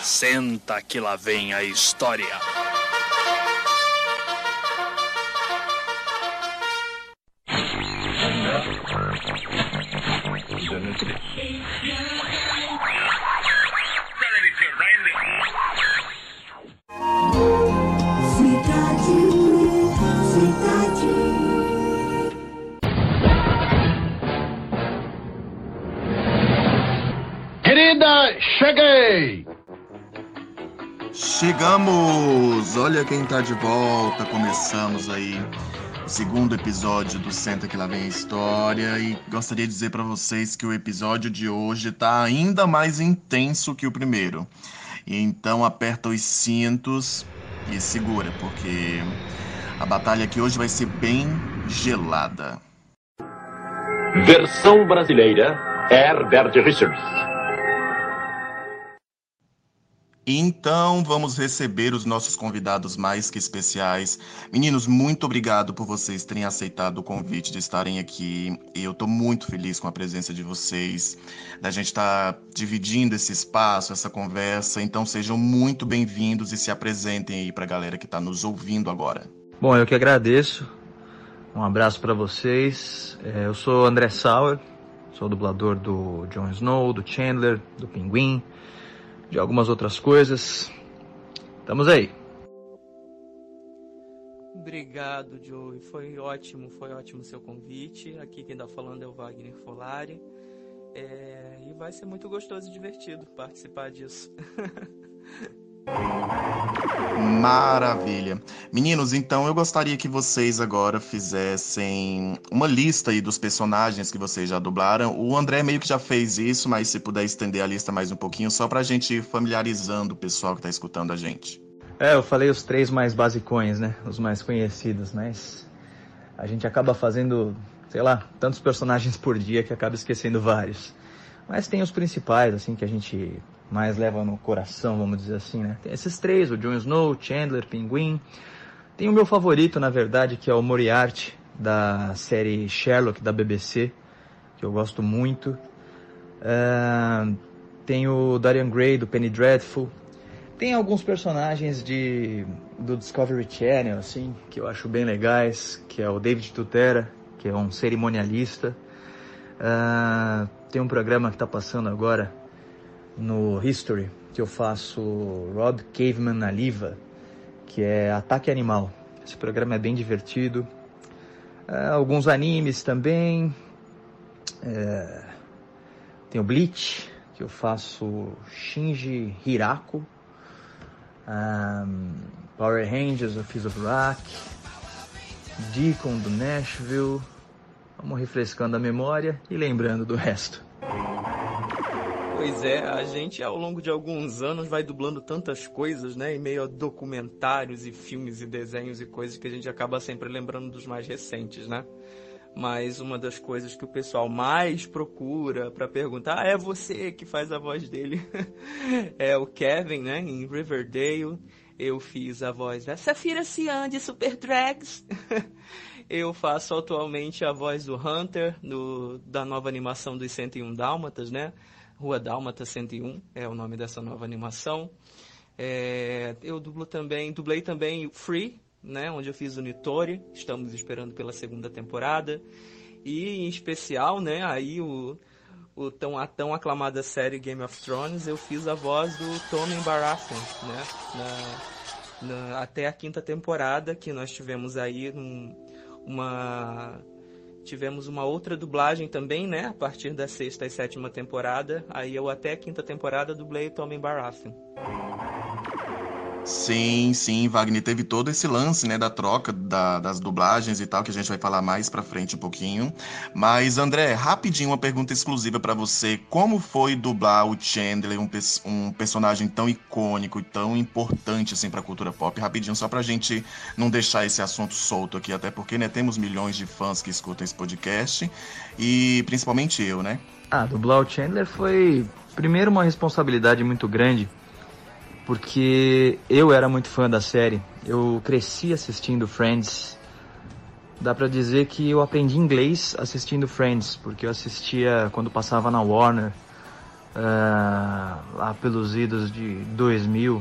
Senta que lá vem a história. Querida, cheguei! Chegamos! Olha quem tá de volta. Começamos aí o segundo episódio do Senta que lá vem a história e gostaria de dizer pra vocês que o episódio de hoje tá ainda mais intenso que o primeiro. Então aperta os cintos e segura, porque a batalha aqui hoje vai ser bem gelada. Versão brasileira, Herbert Richards. Então, vamos receber os nossos convidados mais que especiais. Meninos, muito obrigado por vocês terem aceitado o convite de estarem aqui. Eu estou muito feliz com a presença de vocês, da gente estar dividindo esse espaço, essa conversa. Então, sejam muito bem-vindos e se apresentem aí para a galera que está nos ouvindo agora. Bom, eu que agradeço. Um abraço para vocês. Eu sou André Sauer, sou dublador do Jon Snow, do Chandler, do Pinguim, de algumas outras coisas. Estamos aí. Obrigado, Joey. Foi ótimo o seu convite. Aqui quem está falando é o Wagner Folari. E vai ser muito gostoso e divertido participar disso. Maravilha. Meninos, então eu gostaria que vocês agora fizessem uma lista aí dos personagens que vocês já dublaram. O André meio que já fez isso, mas se puder estender a lista mais um pouquinho, só pra gente ir familiarizando o pessoal que tá escutando a gente. Eu falei os 3 mais basicões, né? Os mais conhecidos, mas a gente acaba fazendo, sei lá, tantos personagens por dia que acaba esquecendo vários. Mas tem os principais, assim, que a gente mais leva no coração, vamos dizer assim, né? Tem esses 3, o Jon Snow, Chandler, Pinguim. Tem o meu favorito, na verdade, que é o Moriarty, da série Sherlock, da BBC, que eu gosto muito. Tem o Dorian Gray, do Penny Dreadful. Tem alguns personagens do Discovery Channel, assim, que eu acho bem legais, que é o David Tutera, que é um cerimonialista. Tem um programa que está passando agora no History, que eu faço Rod Caveman Aliva, que é Ataque Animal. Esse programa é bem divertido. Alguns animes também. Tem o Bleach, que eu faço Shinji Hirako. Power Rangers, eu fiz o Rock. Deacon do Nashville. Vamos refrescando a memória e lembrando do resto. Pois é, a gente ao longo de alguns anos vai dublando tantas coisas, né? Em meio a documentários e filmes e desenhos e coisas que a gente acaba sempre lembrando dos mais recentes, né? Mas uma das coisas que o pessoal mais procura para perguntar, é você que faz a voz dele, é o Kevin, né? Em Riverdale, eu fiz a voz da Safira Cian de Super Drags. Eu faço atualmente a voz do Hunter, da nova animação dos 101 Dálmatas, né? Rua Dálmata 101 é o nome dessa nova animação. Eu dublei também o Free, né? Onde eu fiz o Nitori. Estamos esperando pela segunda temporada. E, em especial, né? Aí a tão aclamada série Game of Thrones, eu fiz a voz do Tommen Baratheon, né? Até a 5ª temporada, que nós tivemos aí Tivemos uma outra dublagem também, né? A partir da 6ª e 7ª temporada. Aí eu até a 5ª temporada dublei o Tommen Baratheon. Sim, Wagner, teve todo esse lance, né, da troca das dublagens e tal, que a gente vai falar mais pra frente um pouquinho. Mas, André, rapidinho uma pergunta exclusiva pra você. Como foi dublar o Chandler, um personagem tão icônico e tão importante, assim, pra cultura pop? Rapidinho, só pra gente não deixar esse assunto solto aqui, até porque, né, temos milhões de fãs que escutam esse podcast, e principalmente eu, né? Dublar o Chandler foi, primeiro, uma responsabilidade muito grande, porque eu era muito fã da série. Eu cresci assistindo Friends. Dá pra dizer que eu aprendi inglês assistindo Friends, porque eu assistia quando passava na Warner, lá lá pelos idos de 2000.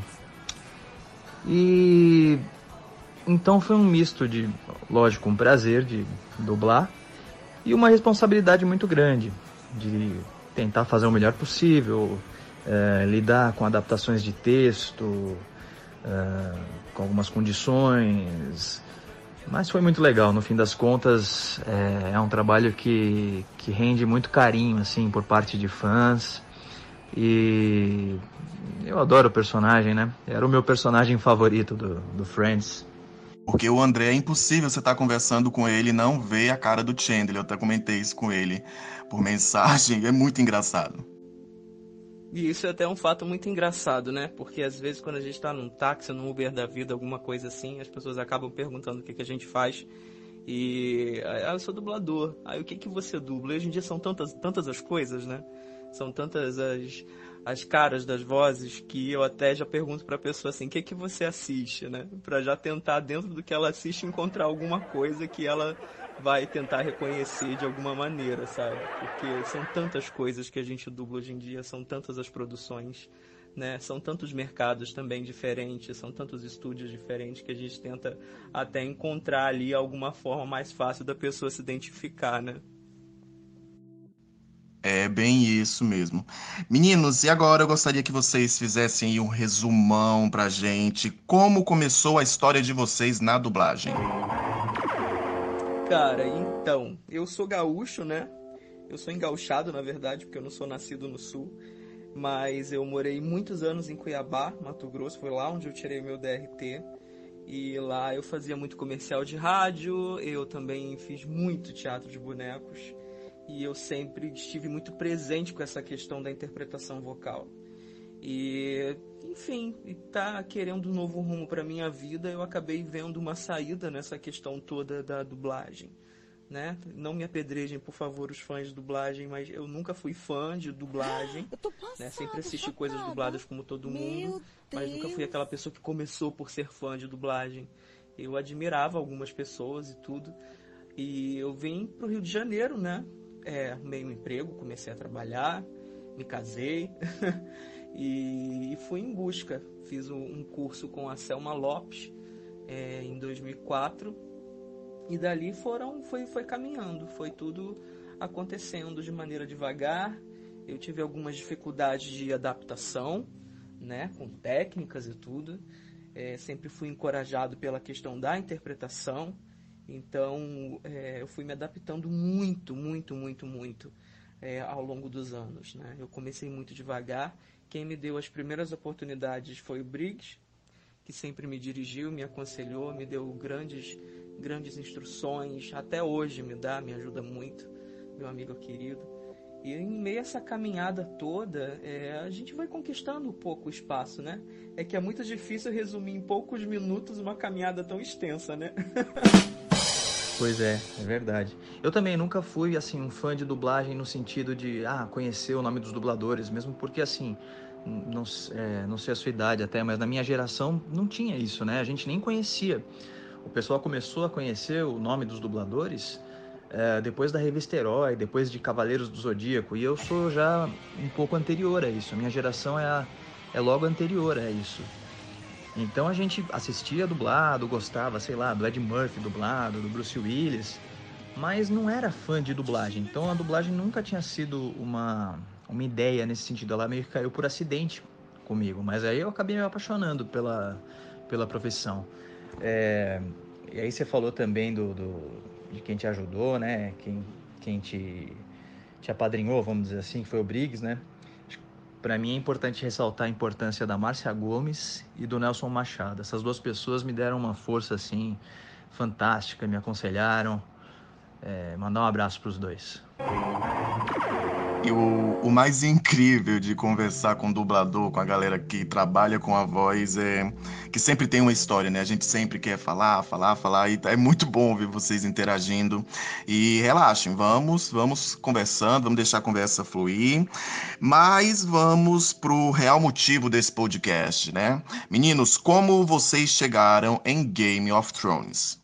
E então foi um misto de, lógico, um prazer de dublar e uma responsabilidade muito grande de tentar fazer o melhor possível, lidar com adaptações de texto, com algumas condições. Mas foi muito legal, no fim das contas. É um trabalho que rende muito carinho, assim, por parte de fãs. E eu adoro o personagem, né? Era o meu personagem favorito do Friends. Porque o André, é impossível você estar conversando com ele e não ver a cara do Chandler. Eu até comentei isso com ele por mensagem. É muito engraçado. E isso é até um fato muito engraçado, né? Porque às vezes quando a gente tá num táxi, num Uber da vida, alguma coisa assim, as pessoas acabam perguntando o que a gente faz. E eu sou dublador. Aí o que você dubla? E hoje em dia são tantas as coisas, né? São tantas as caras das vozes que eu até já pergunto pra pessoa assim, o que você assiste, né? Pra já tentar, dentro do que ela assiste, encontrar alguma coisa que ela vai tentar reconhecer de alguma maneira, sabe? Porque são tantas coisas que a gente dubla hoje em dia, são tantas as produções, né? São tantos mercados também diferentes, são tantos estúdios diferentes que a gente tenta até encontrar ali alguma forma mais fácil da pessoa se identificar, né? É bem isso mesmo. Meninos, e agora eu gostaria que vocês fizessem aí um resumão pra gente. Como começou a história de vocês na dublagem? Cara, então, eu sou gaúcho, né? Eu sou engauchado, na verdade, porque eu não sou nascido no Sul. Mas eu morei muitos anos em Cuiabá, Mato Grosso. Foi lá onde eu tirei meu DRT. E lá eu fazia muito comercial de rádio. Eu também fiz muito teatro de bonecos. E eu sempre estive muito presente com essa questão da interpretação vocal. E, enfim, tá querendo um novo rumo para minha vida, eu acabei vendo uma saída nessa questão toda da dublagem, né? Não me apedrejem, por favor, os fãs de dublagem, mas eu nunca fui fã de dublagem, né? Sempre assisti coisas dubladas como todo mundo, mas nunca fui aquela pessoa que começou por ser fã de dublagem. Eu admirava algumas pessoas e tudo, e eu vim pro Rio de Janeiro, né? Meio emprego, comecei a trabalhar, me casei e fui em busca. Fiz um curso com a Selma Lopes em 2004 e dali foi caminhando, foi tudo acontecendo de maneira devagar. Eu tive algumas dificuldades de adaptação, né, com técnicas e tudo. Sempre fui encorajado pela questão da interpretação. Então, eu fui me adaptando muito ao longo dos anos, né? Eu comecei muito devagar. Quem me deu as primeiras oportunidades foi o Briggs, que sempre me dirigiu, me aconselhou, me deu grandes instruções. Até hoje me ajuda muito, meu amigo querido. E em meio a essa caminhada toda, a gente vai conquistando um pouco o espaço, né? É que é muito difícil resumir em poucos minutos uma caminhada tão extensa, né? Pois é verdade. Eu também nunca fui, assim, um fã de dublagem no sentido de, conhecer o nome dos dubladores, mesmo porque, assim, não sei a sua idade até, mas na minha geração não tinha isso, né? A gente nem conhecia. O pessoal começou a conhecer o nome dos dubladores depois da revista Herói, depois de Cavaleiros do Zodíaco, e eu sou já um pouco anterior a isso. A minha geração é logo anterior a isso. Então a gente assistia dublado, gostava, sei lá, do Ed Murphy dublado, do Bruce Willis, mas não era fã de dublagem. Então a dublagem nunca tinha sido uma ideia nesse sentido. Ela meio que caiu por acidente comigo, mas aí eu acabei me apaixonando pela profissão. E aí você falou também de quem te ajudou, né? Quem te apadrinhou, vamos dizer assim, que foi o Briggs, né? Para mim é importante ressaltar a importância da Márcia Gomes e do Nelson Machado. Essas duas pessoas me deram uma força assim fantástica, me aconselharam. Mandar um abraço para os dois. E o mais incrível de conversar com o dublador, com a galera que trabalha com a voz, é que sempre tem uma história, né? A gente sempre quer falar, e é muito bom ver vocês interagindo. E relaxem, vamos conversando, vamos deixar a conversa fluir, mas vamos pro real motivo desse podcast, né? Meninos, como vocês chegaram em Game of Thrones?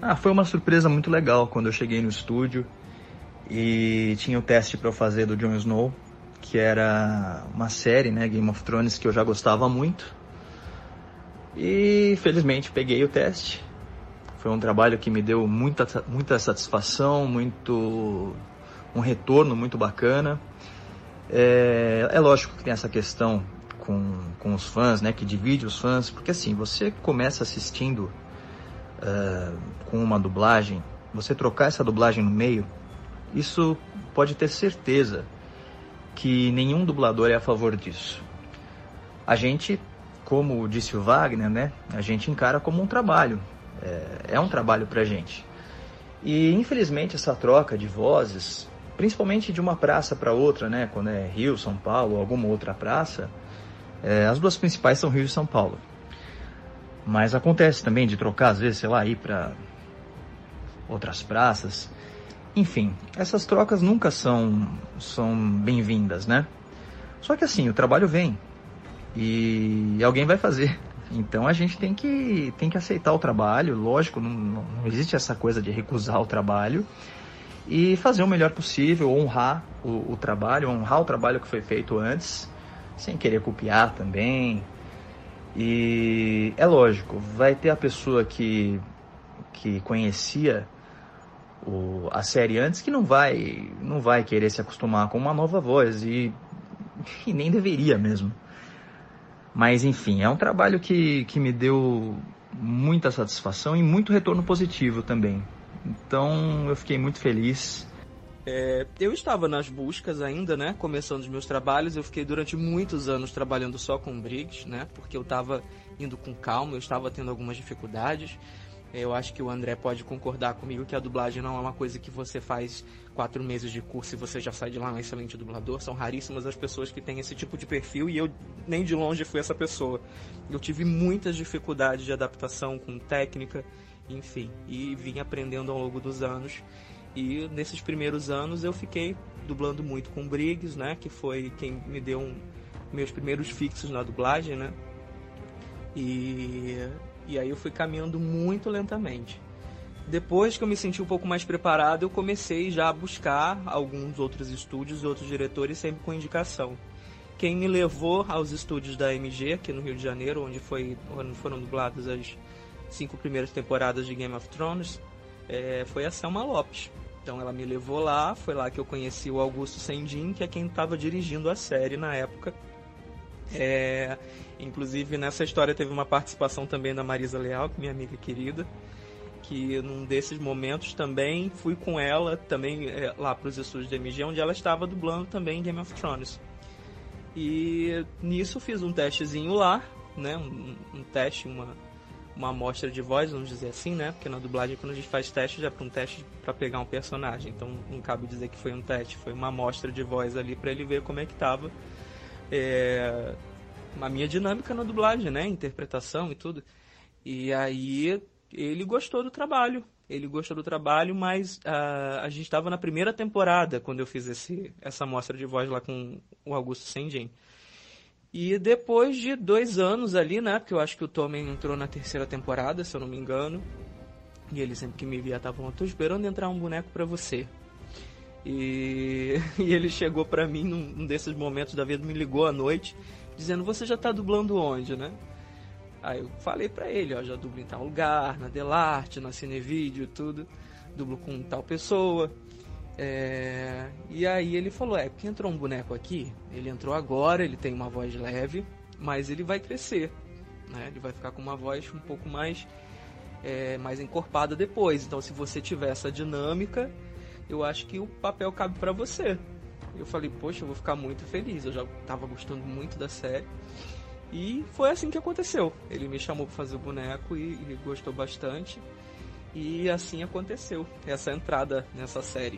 Foi uma surpresa muito legal quando eu cheguei no estúdio e tinha o teste para eu fazer do Jon Snow, que era uma série, né, Game of Thrones, que eu já gostava muito. E felizmente peguei o teste. Foi um trabalho que me deu muita satisfação, um retorno muito bacana. É lógico que tem essa questão com os fãs, né, que divide os fãs, porque assim, você começa assistindo com uma dublagem, você trocar essa dublagem no meio, isso pode ter certeza que nenhum dublador é a favor disso. A gente, como disse o Wagner, né, a gente encara como um trabalho, é um trabalho pra gente. E infelizmente essa troca de vozes, principalmente de uma praça para outra, né, quando é Rio, São Paulo, alguma outra praça, as duas principais são Rio e São Paulo. Mas acontece também de trocar, às vezes, sei lá, ir para outras praças. Enfim, essas trocas nunca são bem-vindas, né? Só que assim, o trabalho vem e alguém vai fazer. Então a gente tem que aceitar o trabalho, lógico, não existe essa coisa de recusar o trabalho e fazer o melhor possível, honrar o trabalho, honrar o trabalho que foi feito antes, sem querer copiar também. E é lógico, vai ter a pessoa que conhecia a série antes que não vai querer se acostumar com uma nova voz e nem deveria mesmo. Mas enfim, é um trabalho que me deu muita satisfação e muito retorno positivo também. Então eu fiquei muito feliz. Eu estava nas buscas ainda, né, começando os meus trabalhos. Eu fiquei durante muitos anos trabalhando só com Briggs, né, porque eu estava indo com calma, eu estava tendo algumas dificuldades. Eu acho que o André pode concordar comigo que a dublagem não é uma coisa que você faz 4 meses de curso e você já sai de lá um excelente dublador. São raríssimas as pessoas que têm esse tipo de perfil e eu nem de longe fui essa pessoa. Eu tive muitas dificuldades de adaptação com técnica, enfim, e vim aprendendo ao longo dos anos. E nesses primeiros anos eu fiquei dublando muito com Briggs, né, que foi quem me deu meus primeiros fixos na dublagem, né. E aí eu fui caminhando muito lentamente. Depois que eu me senti um pouco mais preparado, eu comecei já a buscar alguns outros estúdios e outros diretores, sempre com indicação. Quem me levou aos estúdios da MG, aqui no Rio de Janeiro, onde foram dubladas as 5 primeiras temporadas de Game of Thrones, foi a Selma Lopes. Então ela me levou lá, foi lá que eu conheci o Augusto Sendin, que é quem estava dirigindo a série na época. Inclusive nessa história teve uma participação também da Marisa Leal, minha amiga querida, que num desses momentos também fui com ela também lá para os estúdios da MG, onde ela estava dublando também Game of Thrones. E nisso fiz um testezinho lá, né, um teste, uma amostra de voz, vamos dizer assim, né, porque na dublagem quando a gente faz teste já é para um teste para pegar um personagem, então não cabe dizer que foi um teste, foi uma amostra de voz ali para ele ver como é que estava a minha dinâmica na dublagem, né, interpretação e tudo. E aí ele gostou do trabalho, mas a gente estava na primeira temporada quando eu fiz essa amostra de voz lá com o Augusto Sendin. E depois de 2 anos ali, né, porque eu acho que o Tommen entrou na 3ª temporada, se eu não me engano, e ele sempre que me via tava falando, tô esperando entrar um boneco pra você. E ele chegou pra mim num desses momentos da vida, me ligou à noite, dizendo, você já tá dublando onde, né? Aí eu falei pra ele, ó, já dublo em tal lugar, na Delarte, na Cinevídeo, tudo, dublo com tal pessoa. E aí ele falou, porque entrou um boneco aqui, ele entrou agora, ele tem uma voz leve, mas ele vai crescer, né? Ele vai ficar com uma voz um pouco mais encorpada depois, então se você tiver essa dinâmica, eu acho que o papel cabe pra você. Eu falei, poxa, eu vou ficar muito feliz, eu já tava gostando muito da série. E foi assim que aconteceu. Ele me chamou para fazer o boneco e gostou bastante. E assim aconteceu, essa entrada nessa série.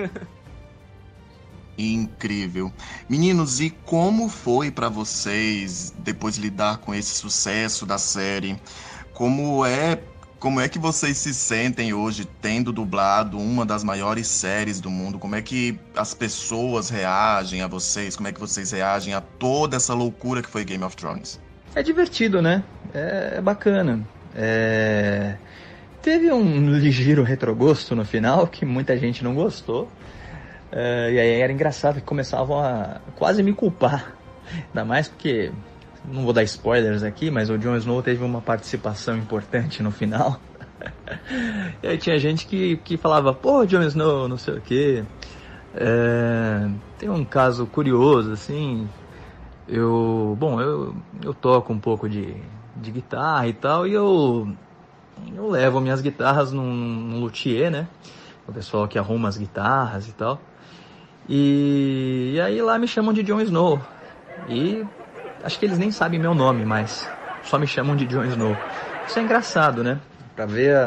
Incrível. Meninos, e como foi para vocês depois lidar com esse sucesso da série? Como é que vocês se sentem hoje tendo dublado uma das maiores séries do mundo? Como é que as pessoas reagem a vocês? Como é que vocês reagem a toda essa loucura que foi Game of Thrones? É divertido, né? É bacana. teve um ligeiro retrogosto no final, que muita gente não gostou. E aí era engraçado que começavam a quase me culpar. Ainda mais porque, não vou dar spoilers aqui, mas o Jon Snow teve uma participação importante no final. E aí tinha gente que falava, pô, Jon Snow, não sei o quê. Tem um caso curioso, assim. Eu toco um pouco de guitarra e tal, e eu levo minhas guitarras num luthier, né? O pessoal que arruma as guitarras e tal. E aí lá me chamam de Jon Snow. E acho que eles nem sabem meu nome, mas só me chamam de Jon Snow. Isso é engraçado, né? Pra ver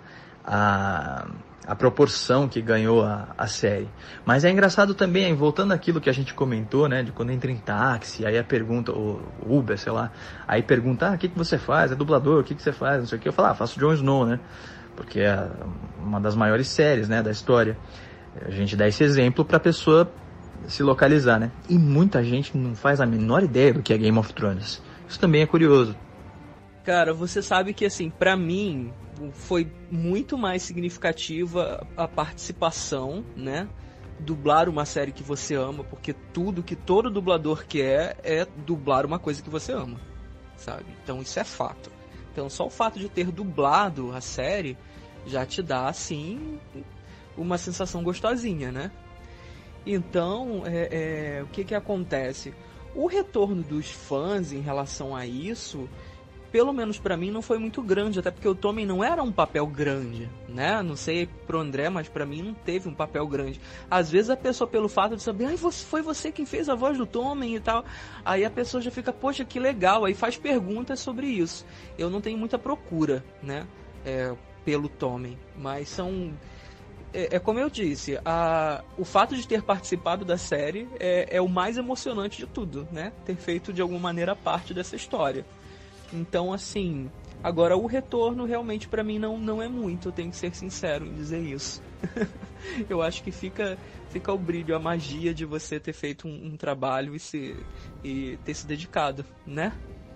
a proporção que ganhou a série. Mas é engraçado também, voltando àquilo que a gente comentou, né? De quando entra em táxi, aí a pergunta, o Uber, sei lá, aí pergunta, o que você faz? É dublador, o que você faz? Não sei o que. Eu falo, faço Jon Snow, né? Porque é uma das maiores séries, né, da história. A gente dá esse exemplo pra pessoa se localizar, né? E muita gente não faz a menor ideia do que é Game of Thrones. Isso também é curioso. Cara, você sabe que, assim, pra mim, foi muito mais significativa a participação, né? Dublar uma série que você ama, porque tudo que todo dublador quer é dublar uma coisa que você ama, sabe? Então isso é fato. Então só o fato de ter dublado a série já te dá, assim, uma sensação gostosinha, né? Então, o que acontece? O retorno dos fãs em relação a isso, pelo menos pra mim, não foi muito grande, até porque o Tommen não era um papel grande, né? Não sei pro André, mas pra mim não teve um papel grande. Às vezes a pessoa, pelo fato de saber, foi você quem fez a voz do Tommen e tal, aí a pessoa já fica, poxa, que legal, aí faz perguntas sobre isso. Eu não tenho muita procura, né? Pelo Tommen, mas são... como eu disse, o fato de ter participado da série é o mais emocionante de tudo, né? Ter feito de alguma maneira parte dessa história. Então, assim, agora o retorno realmente pra mim não é muito, eu tenho que ser sincero em dizer isso. Eu acho que fica o brilho, a magia de você ter feito um trabalho e ter se dedicado, né?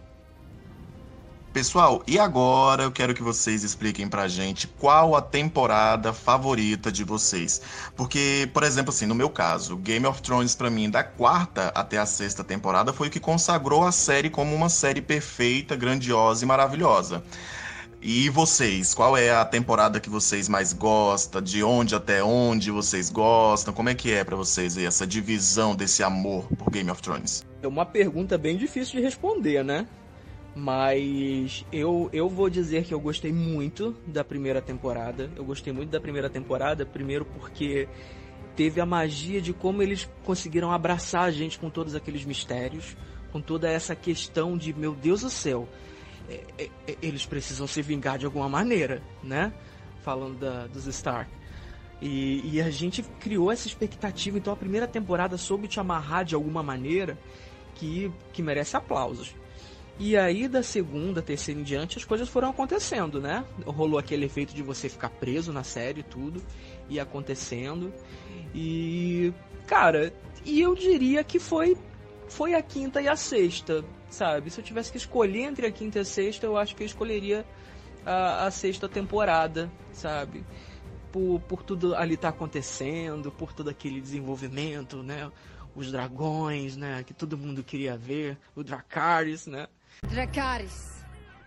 Pessoal, e agora eu quero que vocês expliquem pra gente qual a temporada favorita de vocês. Porque, por exemplo, assim, no meu caso, Game of Thrones pra mim, da 4ª até a 6ª temporada, foi o que consagrou a série como uma série perfeita, grandiosa e maravilhosa. E vocês, qual é a temporada que vocês mais gostam? De onde até onde vocês gostam? Como é que é pra vocês aí, essa divisão desse amor por Game of Thrones? É uma pergunta bem difícil de responder, né? Mas eu vou dizer que eu gostei muito da primeira temporada. Eu gostei muito da primeira temporada, primeiro porque teve a magia de como eles conseguiram abraçar a gente com todos aqueles mistérios, com toda essa questão de, meu Deus do céu, eles precisam se vingar de alguma maneira, né? Falando dos Stark. E a gente criou essa expectativa, então a primeira temporada soube te amarrar de alguma maneira que merece aplausos. E aí, da segunda, terceira em diante, as coisas foram acontecendo, né? Rolou aquele efeito de você ficar preso na série e tudo, e acontecendo. E, cara, eu diria que foi a quinta e a sexta, sabe? Se eu tivesse que escolher entre a quinta e a sexta, eu acho que eu escolheria a sexta temporada, sabe? Por tudo ali tá acontecendo, por todo aquele desenvolvimento, né? Os dragões, né? Que todo mundo queria ver, o Dracarys, né? Dracarys.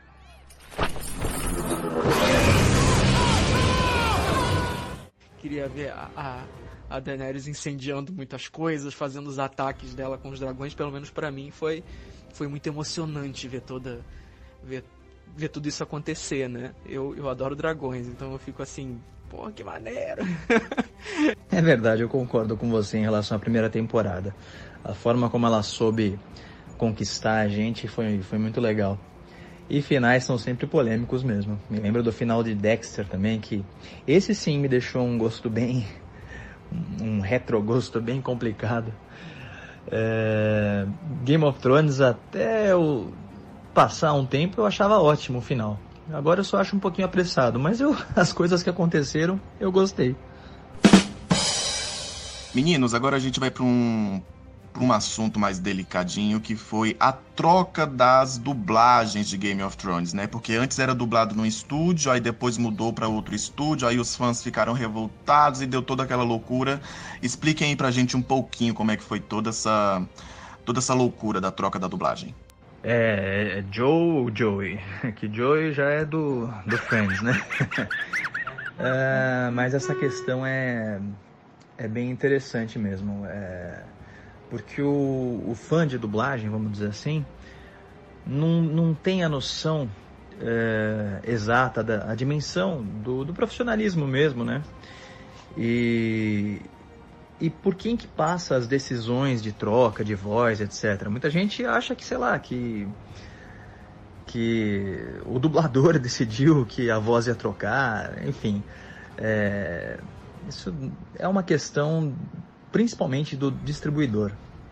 Queria ver a Daenerys incendiando muitas coisas, fazendo os ataques dela com os dragões. Pelo menos pra mim foi muito emocionante ver tudo isso acontecer, né? Eu adoro dragões, então eu fico assim, pô, que maneiro. É verdade, eu concordo com você em relação à primeira temporada. A forma como ela soube conquistar a gente foi muito legal. E finais são sempre polêmicos mesmo. Me lembro do final de Dexter também, que esse sim me deixou um gosto bem... um retrogosto bem complicado. Game of Thrones, até eu passar um tempo, eu achava ótimo o final. Agora eu só acho um pouquinho apressado, mas as coisas que aconteceram, eu gostei. Meninos, agora a gente vai para para um assunto mais delicadinho, que foi a troca das dublagens de Game of Thrones, né? Porque antes era dublado num estúdio, aí depois mudou para outro estúdio, aí os fãs ficaram revoltados e deu toda aquela loucura. Expliquem aí pra gente um pouquinho como é que foi toda essa loucura da troca da dublagem. É Joe ou Joey? Que Joey já é do Friends, né? Mas essa questão é bem interessante mesmo. Porque o fã de dublagem, vamos dizer assim, não tem a noção exata a dimensão do profissionalismo mesmo, né? E por quem que passa as decisões de troca de voz, etc. Muita gente acha que, sei lá, que o dublador decidiu que a voz ia trocar, enfim. Isso é uma questão principalmente do distribuidor.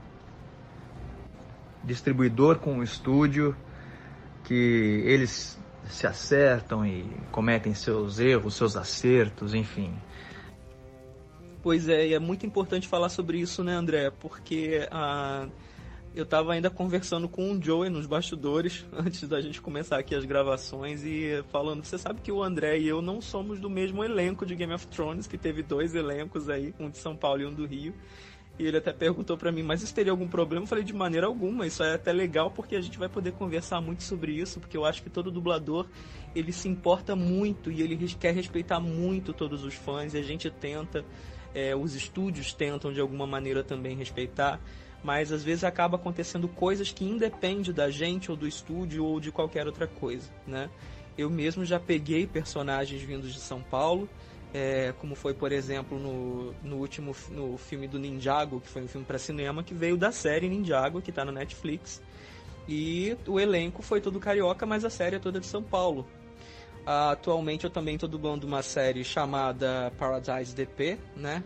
Distribuidor com o estúdio, que eles se acertam e cometem seus erros, seus acertos, enfim. Pois é, e é muito importante falar sobre isso, né, André? Porque eu estava ainda conversando com o Joey nos bastidores, antes da gente começar aqui as gravações, e falando, você sabe que o André e eu não somos do mesmo elenco de Game of Thrones, que teve 2 elencos aí, um de São Paulo e um do Rio. E ele até perguntou pra mim, mas isso teria algum problema? Eu falei, de maneira alguma, isso é até legal, porque a gente vai poder conversar muito sobre isso, porque eu acho que todo dublador, ele se importa muito, e ele quer respeitar muito todos os fãs, e a gente tenta... os estúdios tentam de alguma maneira também respeitar, mas às vezes acaba acontecendo coisas que independem da gente ou do estúdio ou de qualquer outra coisa, né? Eu mesmo já peguei personagens vindos de São Paulo, como foi, por exemplo, no filme do Ninjago, que foi um filme para cinema, que veio da série Ninjago, que está no Netflix, e o elenco foi todo carioca, mas a série é toda de São Paulo. Atualmente eu também estou dublando uma série chamada Paradise DP, né?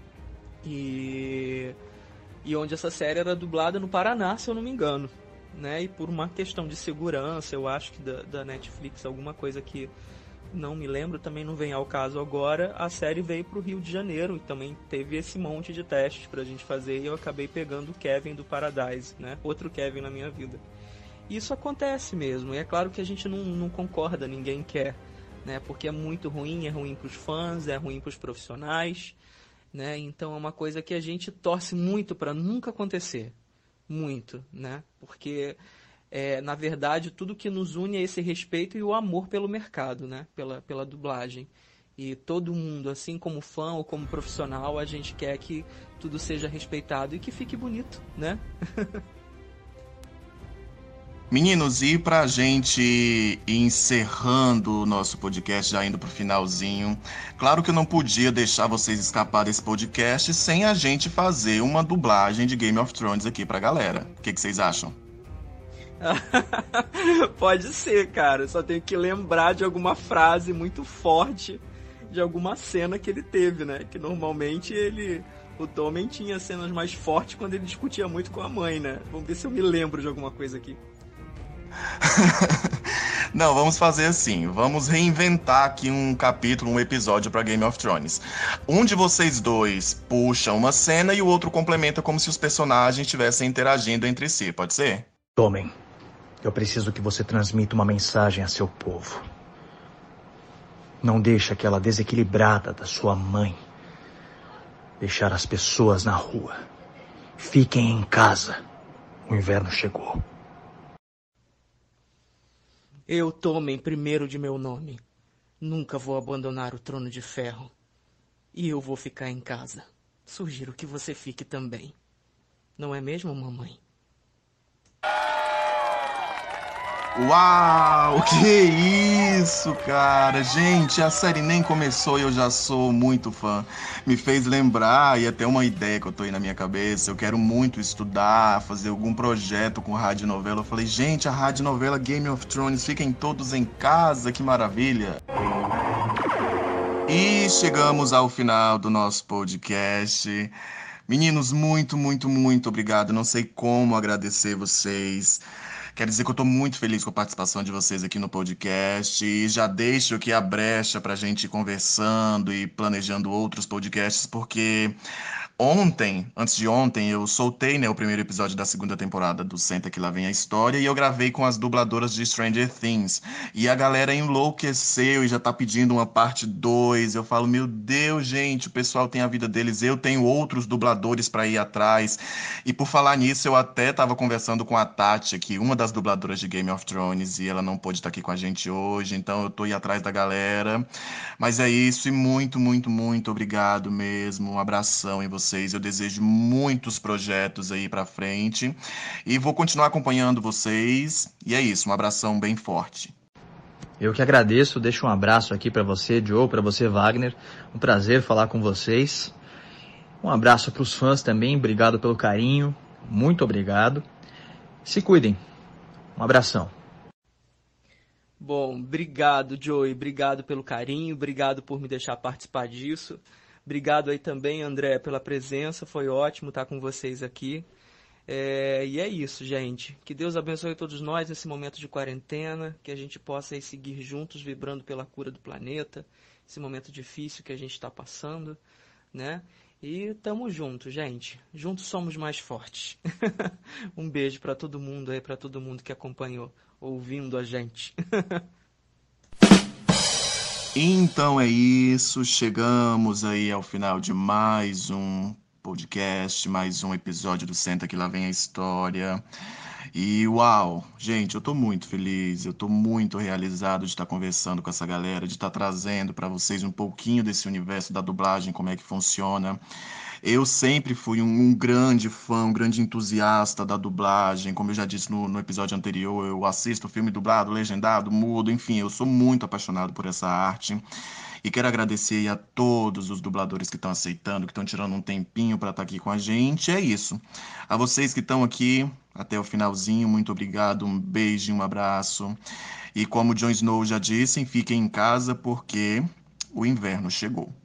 E onde essa série era dublada no Paraná, se eu não me engano, né? E por uma questão de segurança, eu acho que da Netflix, alguma coisa que não me lembro, também não vem ao caso agora, a série veio para o Rio de Janeiro e também teve esse monte de testes para a gente fazer, e eu acabei pegando o Kevin do Paradise, né? Outro Kevin na minha vida. Isso acontece mesmo, e é claro que a gente não concorda, ninguém quer, né? Porque é muito ruim, é ruim para os fãs, é ruim para os profissionais, né? Então é uma coisa que a gente torce muito para nunca acontecer, muito, né? Porque, na verdade, tudo que nos une é esse respeito e o amor pelo mercado, né? Pela dublagem. E todo mundo, assim como fã ou como profissional, a gente quer que tudo seja respeitado e que fique bonito, né? Meninos, e pra gente ir encerrando o nosso podcast, já indo pro finalzinho, claro que eu não podia deixar vocês escapar desse podcast sem a gente fazer uma dublagem de Game of Thrones aqui pra galera. O que vocês acham? Pode ser, cara. Só tenho que lembrar de alguma frase muito forte de alguma cena que ele teve, né? Que normalmente o Tommen tinha cenas mais fortes quando ele discutia muito com a mãe, né? Vamos ver se eu me lembro de alguma coisa aqui. Não, vamos fazer assim. Vamos reinventar aqui um capítulo, um episódio para Game of Thrones. Um de vocês dois puxa uma cena e o outro complementa como se os personagens estivessem interagindo entre si, pode ser? Tommen, eu preciso que você transmita uma mensagem a seu povo. Não deixe aquela desequilibrada da sua mãe deixar as pessoas na rua. Fiquem em casa. O inverno chegou. Eu, Tommen, primeiro de meu nome, nunca vou abandonar o trono de ferro. E eu vou ficar em casa. Sugiro que você fique também. Não é mesmo, mamãe? Uau, que isso, cara. Gente, a série nem começou e eu já sou muito fã. Me fez lembrar e até uma ideia que eu tô aí na minha cabeça. Eu quero muito estudar, fazer algum projeto com radionovela. Eu falei, gente, a radionovela Game of Thrones, fiquem todos em casa, que maravilha. E chegamos ao final do nosso podcast. Meninos, muito, muito, muito obrigado. Não sei como agradecer vocês. Quero dizer que eu estou muito feliz com a participação de vocês aqui no podcast e já deixo aqui a brecha para a gente ir conversando e planejando outros podcasts, porque Ontem, antes de ontem, eu soltei, né, o primeiro episódio da segunda temporada do Senta Que Lá Vem a História e eu gravei com as dubladoras de Stranger Things. E a galera enlouqueceu e já tá pedindo uma parte 2. Eu falo, meu Deus, gente, o pessoal tem a vida deles, eu tenho outros dubladores para ir atrás. E por falar nisso, eu até tava conversando com a Tati aqui, uma das dubladoras de Game of Thrones, e ela não pôde estar aqui com a gente hoje, então eu tô indo atrás da galera. Mas é isso, e muito, muito, muito obrigado mesmo. Um abração em vocês. Eu desejo muitos projetos aí pra frente. E vou continuar acompanhando vocês. E é isso, um abração bem forte. Eu que agradeço, deixo um abraço aqui para você, Joe, para você, Wagner. Um prazer falar com vocês. Um abraço para os fãs também, obrigado pelo carinho, muito obrigado. Se cuidem. Um abração. Bom, obrigado, Joey, obrigado pelo carinho, obrigado por me deixar participar disso. Obrigado aí também, André, pela presença, foi ótimo estar com vocês aqui. E é isso, gente. Que Deus abençoe todos nós nesse momento de quarentena, que a gente possa aí seguir juntos, vibrando pela cura do planeta, esse momento difícil que a gente está passando, né? E tamo junto, gente. Juntos somos mais fortes. Um beijo para todo mundo aí, para todo mundo que acompanhou, ouvindo a gente. Então é isso, chegamos aí ao final de mais um podcast, mais um episódio do Senta Que Lá Vem a História. E uau, gente, eu tô muito feliz, eu tô muito realizado de estar conversando com essa galera, de estar trazendo para vocês um pouquinho desse universo da dublagem, como é que funciona. Eu sempre fui um grande fã, um grande entusiasta da dublagem. Como eu já disse no episódio anterior, eu assisto filme dublado, legendado, mudo, enfim, eu sou muito apaixonado por essa arte. E quero agradecer aí a todos os dubladores que estão aceitando, que estão tirando um tempinho para estar aqui com a gente. É isso. A vocês que estão aqui até o finalzinho, muito obrigado, um beijo, um abraço. E como o Jon Snow já disse, fiquem em casa porque o inverno chegou.